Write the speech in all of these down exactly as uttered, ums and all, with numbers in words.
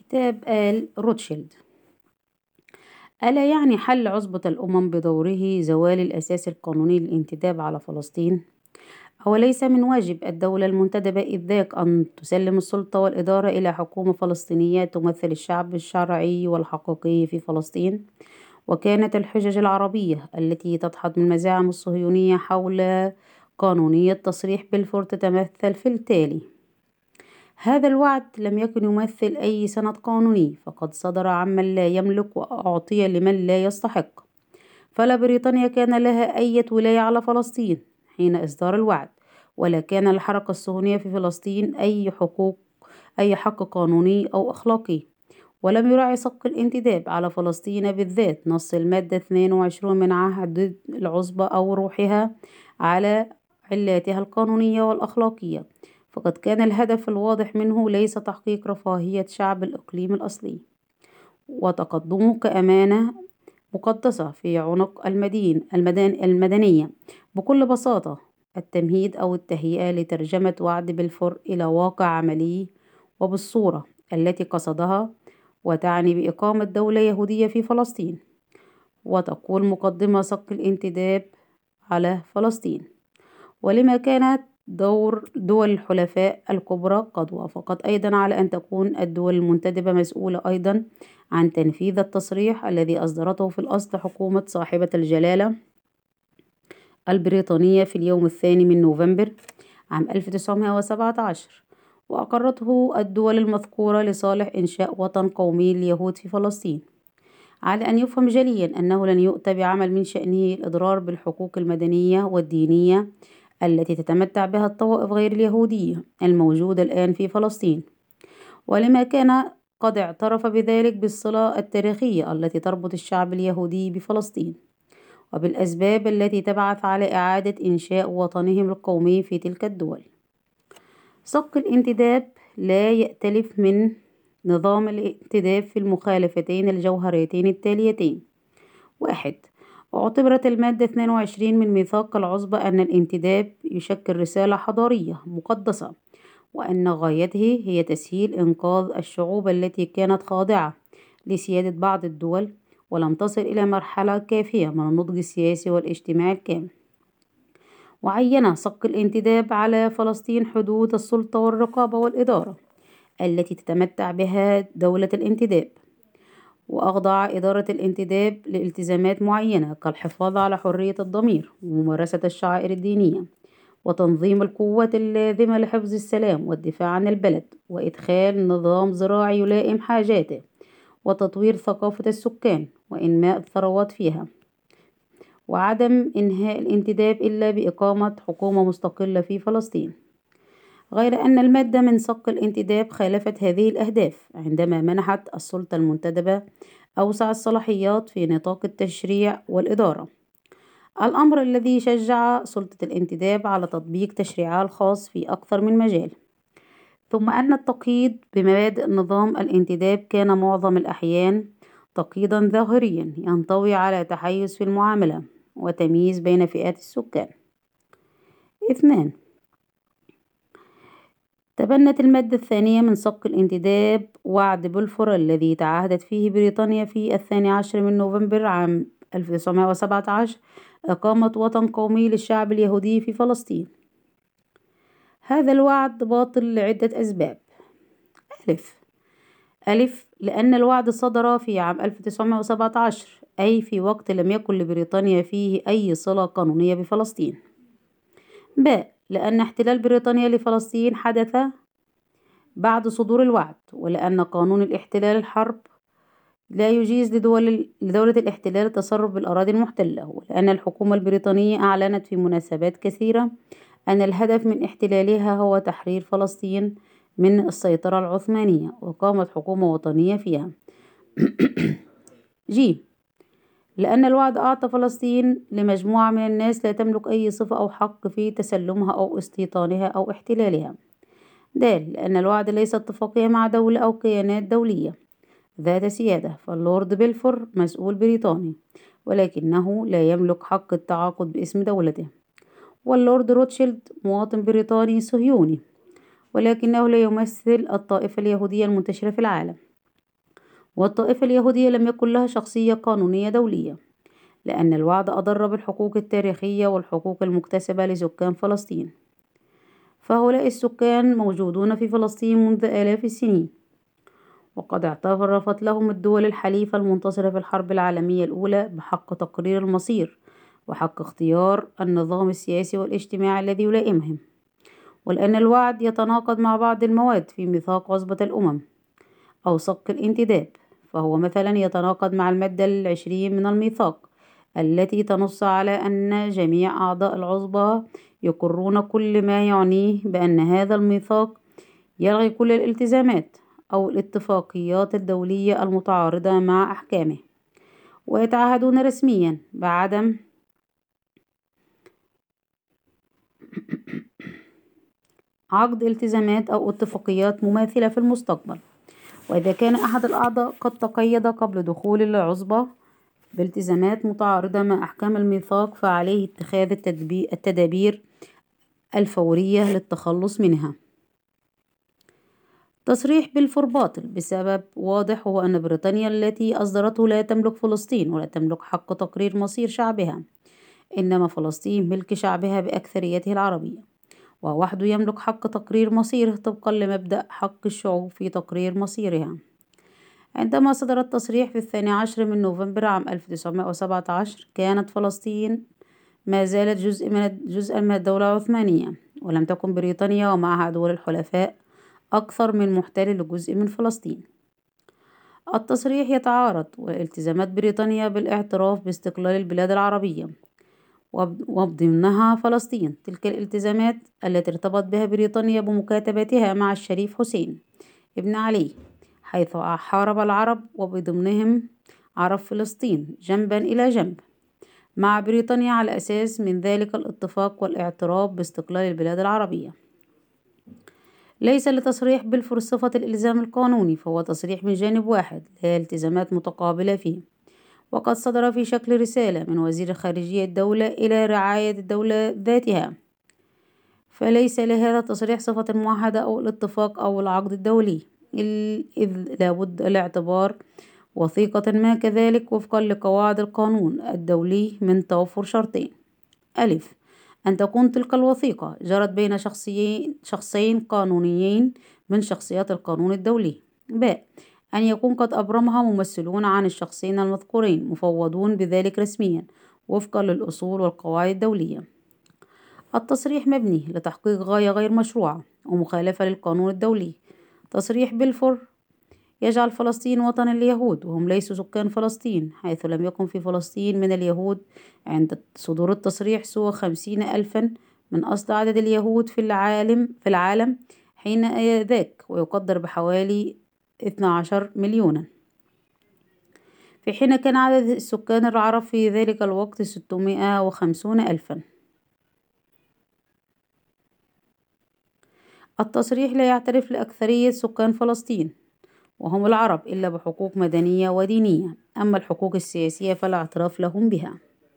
كتاب آل روتشيلد. ألا يعني حل عصبة الأمم بدوره زوال الأساس القانوني للانتداب على فلسطين؟ أوليس من واجب الدولة المنتدبة إذ ذاك أن تسلم السلطة والإدارة إلى حكومة فلسطينية تمثل الشعب الشرعي والحقيقي في فلسطين؟ وكانت الحجج العربية التي تدحض من المزاعم الصهيونية حول قانونية تصريح بلفور تتمثل في التالي: هذا الوعد لم يكن يمثل أي سند قانوني، فقد صدر عمن لا يملك وأعطي لمن لا يستحق، فلا بريطانيا كان لها أي ولاية على فلسطين حين إصدار الوعد، ولا كان للحركة الصهيونية في فلسطين أي حقوق أي حق قانوني أو أخلاقي، ولم يراعي صك الانتداب على فلسطين بالذات نص المادة اثنين وعشرين من عهد العصبة أو روحها على علاتها القانونية والأخلاقية، فقد كان الهدف الواضح منه ليس تحقيق رفاهية شعب الإقليم الأصلي وتقدمه كأمانة مقدسة في عنق المدين المدن المدنية، بكل بساطة التمهيد أو التهيئة لترجمة وعد بلفور إلى واقع عملي وبالصورة التي قصدها، وتعني بإقامة دولة يهودية في فلسطين. وتقول مقدمة صك الانتداب على فلسطين، ولما كانت دور دول الحلفاء الكبرى قد وافقت أيضا على أن تكون الدول المنتدبة مسؤولة أيضا عن تنفيذ التصريح الذي أصدرته في الأصل حكومة صاحبة الجلالة البريطانية في اليوم الثاني من نوفمبر عام ألف وتسعمائة وسبعة عشر، وأقرته الدول المذكورة لصالح إنشاء وطن قومي لليهود في فلسطين، على أن يفهم جليا أنه لن يؤتى بعمل من شأنه الإضرار بالحقوق المدنية والدينية التي تتمتع بها الطوائف غير اليهودية الموجودة الآن في فلسطين، ولما كان قد اعترف بذلك بالصلة التاريخية التي تربط الشعب اليهودي بفلسطين وبالأسباب التي تبعث على إعادة إنشاء وطنهم القومي في تلك الدول. صك الانتداب لا يأتلف من نظام الانتداب في المخالفتين الجوهريتين التاليتين: واحد، اعتبرت المادة اثنين وعشرين من ميثاق العصبة أن الانتداب يشكل رسالة حضارية مقدسة، وأن غايته هي تسهيل إنقاذ الشعوب التي كانت خاضعة لسيادة بعض الدول ولم تصل إلى مرحلة كافية من النضج السياسي والاجتماعي الكامل. وعين صك الانتداب على فلسطين حدود السلطة والرقابة والإدارة التي تتمتع بها دولة الانتداب، وأخضع إدارة الانتداب لالتزامات معينة كالحفاظ على حرية الضمير وممارسة الشعائر الدينية وتنظيم القوات اللازمة لحفظ السلام والدفاع عن البلد وإدخال نظام زراعي يلائم حاجاته وتطوير ثقافة السكان وإنماء الثروات فيها، وعدم إنهاء الانتداب إلا بإقامة حكومة مستقلة في فلسطين. غير أن المادة من صك الانتداب خالفت هذه الأهداف عندما منحت السلطة المنتدبة أوسع الصلاحيات في نطاق التشريع والإدارة، الأمر الذي شجع سلطة الانتداب على تطبيق تشريعها الخاص في أكثر من مجال. ثم أن التقييد بمبادئ نظام الانتداب كان معظم الأحيان تقييدا ظاهريا ينطوي على تحيز في المعاملة وتمييز بين فئات السكان. اثنان، تبنت المادة الثانية من صك الانتداب وعد بلفور الذي تعهدت فيه بريطانيا في الثاني عشر من نوفمبر عام ألف وتسعمائة وسبعة عشر إقامة وطن قومي للشعب اليهودي في فلسطين. هذا الوعد باطل لعدة أسباب. ألف ألف لأن الوعد صدر في عام ألف وتسعمائة وسبعة عشر، أي في وقت لم يكن لبريطانيا فيه أي صلة قانونية بفلسطين. ب لأن احتلال بريطانيا لفلسطين حدث بعد صدور الوعد، ولأن قانون الاحتلال الحرب لا يجيز لدول لدولة الاحتلال التصرف بالأراضي المحتلة، ولأن الحكومة البريطانية أعلنت في مناسبات كثيرة أن الهدف من احتلالها هو تحرير فلسطين من السيطرة العثمانية وإقامة حكومة وطنية فيها. جيم لأن الوعد أعطى فلسطين لمجموعة من الناس لا تملك أي صفة أو حق في تسلمها أو استيطانها أو احتلالها. د لأن الوعد ليس اتفاقية مع دولة أو كيانات دولية ذات سيادة، فاللورد بلفور مسؤول بريطاني ولكنه لا يملك حق التعاقد باسم دولته، واللورد روتشيلد مواطن بريطاني صهيوني ولكنه لا يمثل الطائفة اليهودية المنتشرة في العالم. والطائفة اليهودية لم يكن لها شخصية قانونية دولية، لأن الوعد أضر بالحقوق التاريخية والحقوق المكتسبة لسكان فلسطين. فهؤلاء السكان موجودون في فلسطين منذ آلاف السنين، وقد اعترفت لهم الدول الحليفة المنتصرة في الحرب العالمية الأولى بحق تقرير المصير وحق اختيار النظام السياسي والاجتماعي الذي يلائمهم. ولأن الوعد يتناقض مع بعض المواد في ميثاق عصبة الأمم أو صك الانتداب، فهو مثلا يتناقض مع المادة العشرين من الميثاق التي تنص على أن جميع أعضاء العصبة يقرون كل ما يعنيه بأن هذا الميثاق يلغي كل الالتزامات أو الاتفاقيات الدولية المتعارضة مع أحكامه، ويتعهدون رسميا بعدم عقد التزامات أو اتفاقيات مماثلة في المستقبل. وإذا كان أحد الأعضاء قد تقيد قبل دخول العصبة بالتزامات متعارضة مع أحكام الميثاق، فعليه اتخاذ التدابير الفورية للتخلص منها. تصريح بلفور باطل بسبب واضح، هو أن بريطانيا التي أصدرته لا تملك فلسطين ولا تملك حق تقرير مصير شعبها، إنما فلسطين ملك شعبها بأكثريته العربية، ووحده يملك حق تقرير مصيره طبقا لمبدأ حق الشعوب في تقرير مصيرها. عندما صدر التصريح في الثاني عشر من نوفمبر عام ألف وتسعمائة وسبعة عشر، كانت فلسطين ما زالت جزء من جزءا من الدولة العثمانية، ولم تكن بريطانيا ومعها دول الحلفاء أكثر من محتل لجزء من فلسطين. التصريح يتعارض والتزامات بريطانيا بالاعتراف باستقلال البلاد العربية وضمنها فلسطين. تلك الالتزامات التي ارتبط بها بريطانيا بمكاتبتها مع الشريف حسين ابن علي، حيث حارب العرب وبضمنهم عرب فلسطين جنبا إلى جنب مع بريطانيا على أساس من ذلك الاتفاق والاعتراف باستقلال البلاد العربية. ليس لتصريح بلفور صفة الإلزام القانوني، فهو تصريح من جانب واحد لا التزامات متقابلة فيه، وقد صدر في شكل رسالة من وزير خارجية الدولة إلى رعاية الدولة ذاتها، فليس لهذا التصريح صفة المعاهدة أو الاتفاق أو العقد الدولي، إذ لابد الاعتبار وثيقة ما كذلك وفقا لقواعد القانون الدولي من توفر شرطين: ألف، أن تكون تلك الوثيقة جرت بين شخصيين, شخصين قانونيين من شخصيات القانون الدولي. ب، أن يكون قد أبرمها ممثلون عن الشخصين المذكورين مفوضون بذلك رسميا وفقا للأصول والقواعد الدولية. التصريح مبني لتحقيق غاية غير مشروعة ومخالفة للقانون الدولي. تصريح بلفور يجعل فلسطين وطن اليهود وهم ليسوا سكان فلسطين، حيث لم يكن في فلسطين من اليهود عند صدور التصريح سوى خمسين ألفا من أصل عدد اليهود في العالم في العالم حين ذاك، ويقدر بحوالي اثني عشر مليونا، في حين كان عدد السكان العرب في ذلك الوقت ستمائة وخمسون ألفا. التصريح لا يعترف لأكثرية سكان فلسطين وهم العرب إلا بحقوق مدنية ودينية، أما الحقوق السياسية فلا اعتراف لهم بها.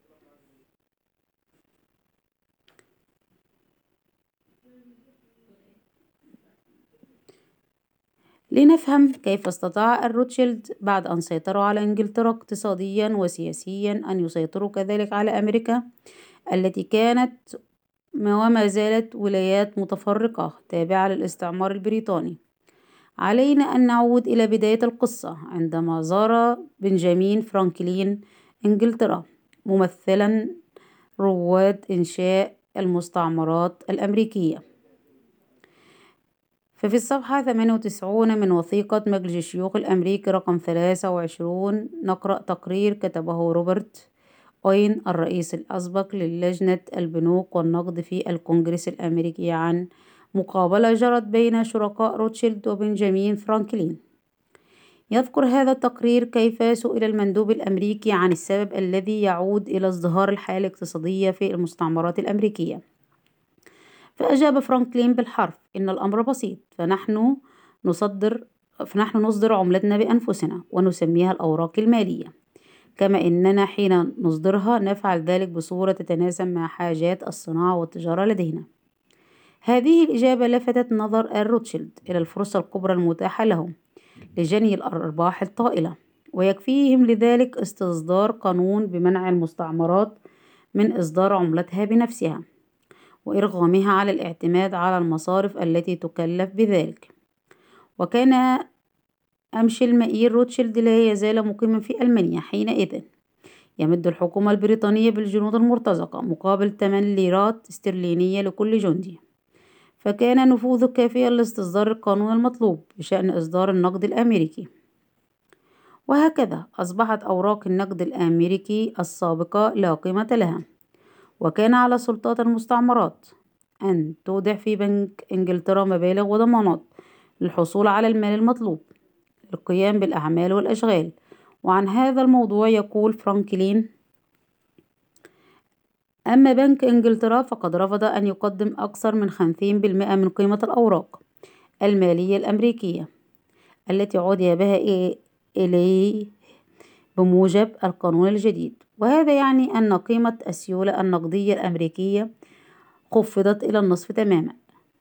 لنفهم كيف استطاع الروتشيلد بعد أن سيطروا على إنجلترا اقتصاديا وسياسيا أن يسيطروا كذلك على أمريكا التي كانت وما زالت ولايات متفرقة تابعة للاستعمار البريطاني. علينا أن نعود إلى بداية القصة عندما زار بنجامين فرانكلين إنجلترا ممثلا رواد إنشاء المستعمرات الأمريكية. ففي الصفحة ثمانية وتسعين من وثيقة مجلس الشيوخ الأمريكي رقم ثلاثة وعشرين نقرأ تقرير كتبه روبرت أوين الرئيس الأسبق للجنة البنوك والنقد في الكونجرس الأمريكي عن مقابلة جرت بين شركاء روتشيلد وبنجامين فرانكلين. يذكر هذا التقرير كيف سئل المندوب الأمريكي عن السبب الذي يعود إلى ازدهار الحالة الاقتصادية في المستعمرات الأمريكية، فأجاب فرانكلين بالحرف: إن الأمر بسيط، فنحن نصدر فنحن نصدر عملتنا بأنفسنا ونسميها الأوراق المالية، كما إننا حين نصدرها نفعل ذلك بصورة تتناسب مع حاجات الصناعة والتجارة لدينا. هذه الإجابة لفتت نظر الروتشيلد إلى الفرصة الكبرى المتاحة لهم لجني الأرباح الطائلة، ويكفيهم لذلك استصدار قانون بمنع المستعمرات من إصدار عملتها بنفسها وإرغامها على الاعتماد على المصارف التي تكلف بذلك. وكان أمشي المئير روتشيلد لا يزال مقيما في ألمانيا حينئذ، يمد الحكومة البريطانية بالجنود المرتزقة مقابل ثمانية ليرات استرلينية لكل جندي، فكان نفوذه كافيا لاستصدار القانون المطلوب بشأن إصدار النقد الأمريكي. وهكذا أصبحت أوراق النقد الأمريكي السابقة لا قيمة لها، وكان على سلطات المستعمرات أن تودع في بنك إنجلترا مبالغ وضمانات للحصول على المال المطلوب للقيام بالأعمال والأشغال. وعن هذا الموضوع يقول فرانكلين: أما بنك إنجلترا فقد رفض أن يقدم أكثر من خمسين بالمئة من قيمة الأوراق المالية الأمريكية التي عُدي بها إليه بموجب القانون الجديد، وهذا يعني أن قيمة السيولة النقدية الأمريكية خفضت إلى النصف تماما.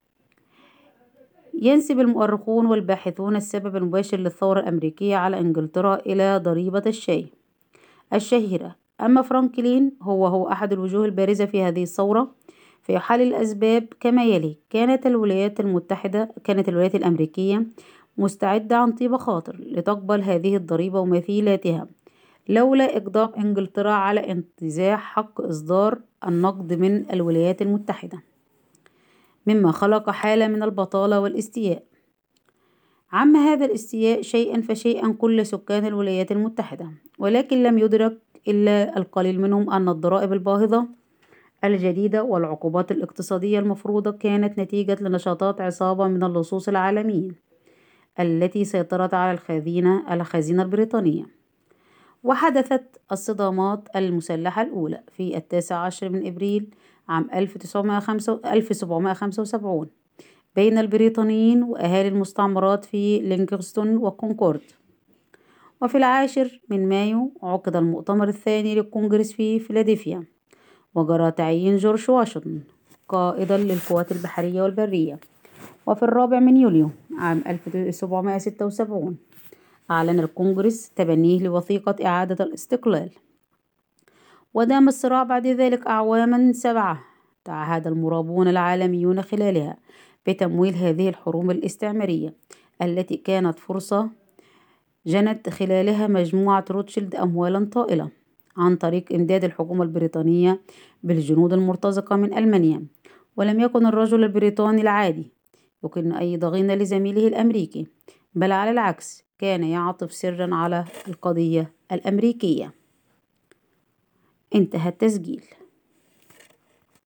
ينسب المؤرخون والباحثون السبب المباشر للثورة الأمريكية على إنجلترا إلى ضريبة الشاي الشهيرة، أما فرانكلين هو هو أحد الوجوه البارزة في هذه الثورة، فيحلل الأسباب كما يلي: كانت الولايات المتحدة كانت الولايات الأمريكية مستعدة عن طيب خاطر لتقبل هذه الضريبة ومثيلاتها لولا إقدام إنجلترا على انتزاع حق إصدار النقد من الولايات المتحدة، مما خلق حالة من البطالة والاستياء. عم هذا الاستياء شيئا فشيئا كل سكان الولايات المتحدة، ولكن لم يدرك إلا القليل منهم أن الضرائب الباهظة الجديدة والعقوبات الاقتصادية المفروضة كانت نتيجة لنشاطات عصابة من اللصوص العالميين التي سيطرت على الخزينة الخزينة البريطانية. وحدثت الصدامات المسلحة الأولى في التاسع عشر من إبريل عام ألف وسبعمائة وخمسة وسبعين بين البريطانيين وأهالي المستعمرات في لينغستون وكونكورد. وفي العاشر من مايو عقد المؤتمر الثاني للكونغرس في فيلادلفيا، وجرى تعيين جورج واشنطن قائدا للقوات البحرية والبرية. وفي الرابع من يوليو عام ألف وسبعمائة وستة وسبعين أعلن الكونغرس تبنيه لوثيقة إعادة الاستقلال. ودام الصراع بعد ذلك أعواما سبعة. تعهد المرابون العالميون خلالها بتمويل هذه الحروب الاستعمارية التي كانت فرصة جنت خلالها مجموعة روتشيلد أموالا طائلة عن طريق إمداد الحكومة البريطانية بالجنود المرتزقة من ألمانيا. ولم يكن الرجل البريطاني العادي يكن أي ضغينة لزميله الأمريكي، بل على العكس كان يعطف سرا على القضية الأمريكية. انتهى التسجيل.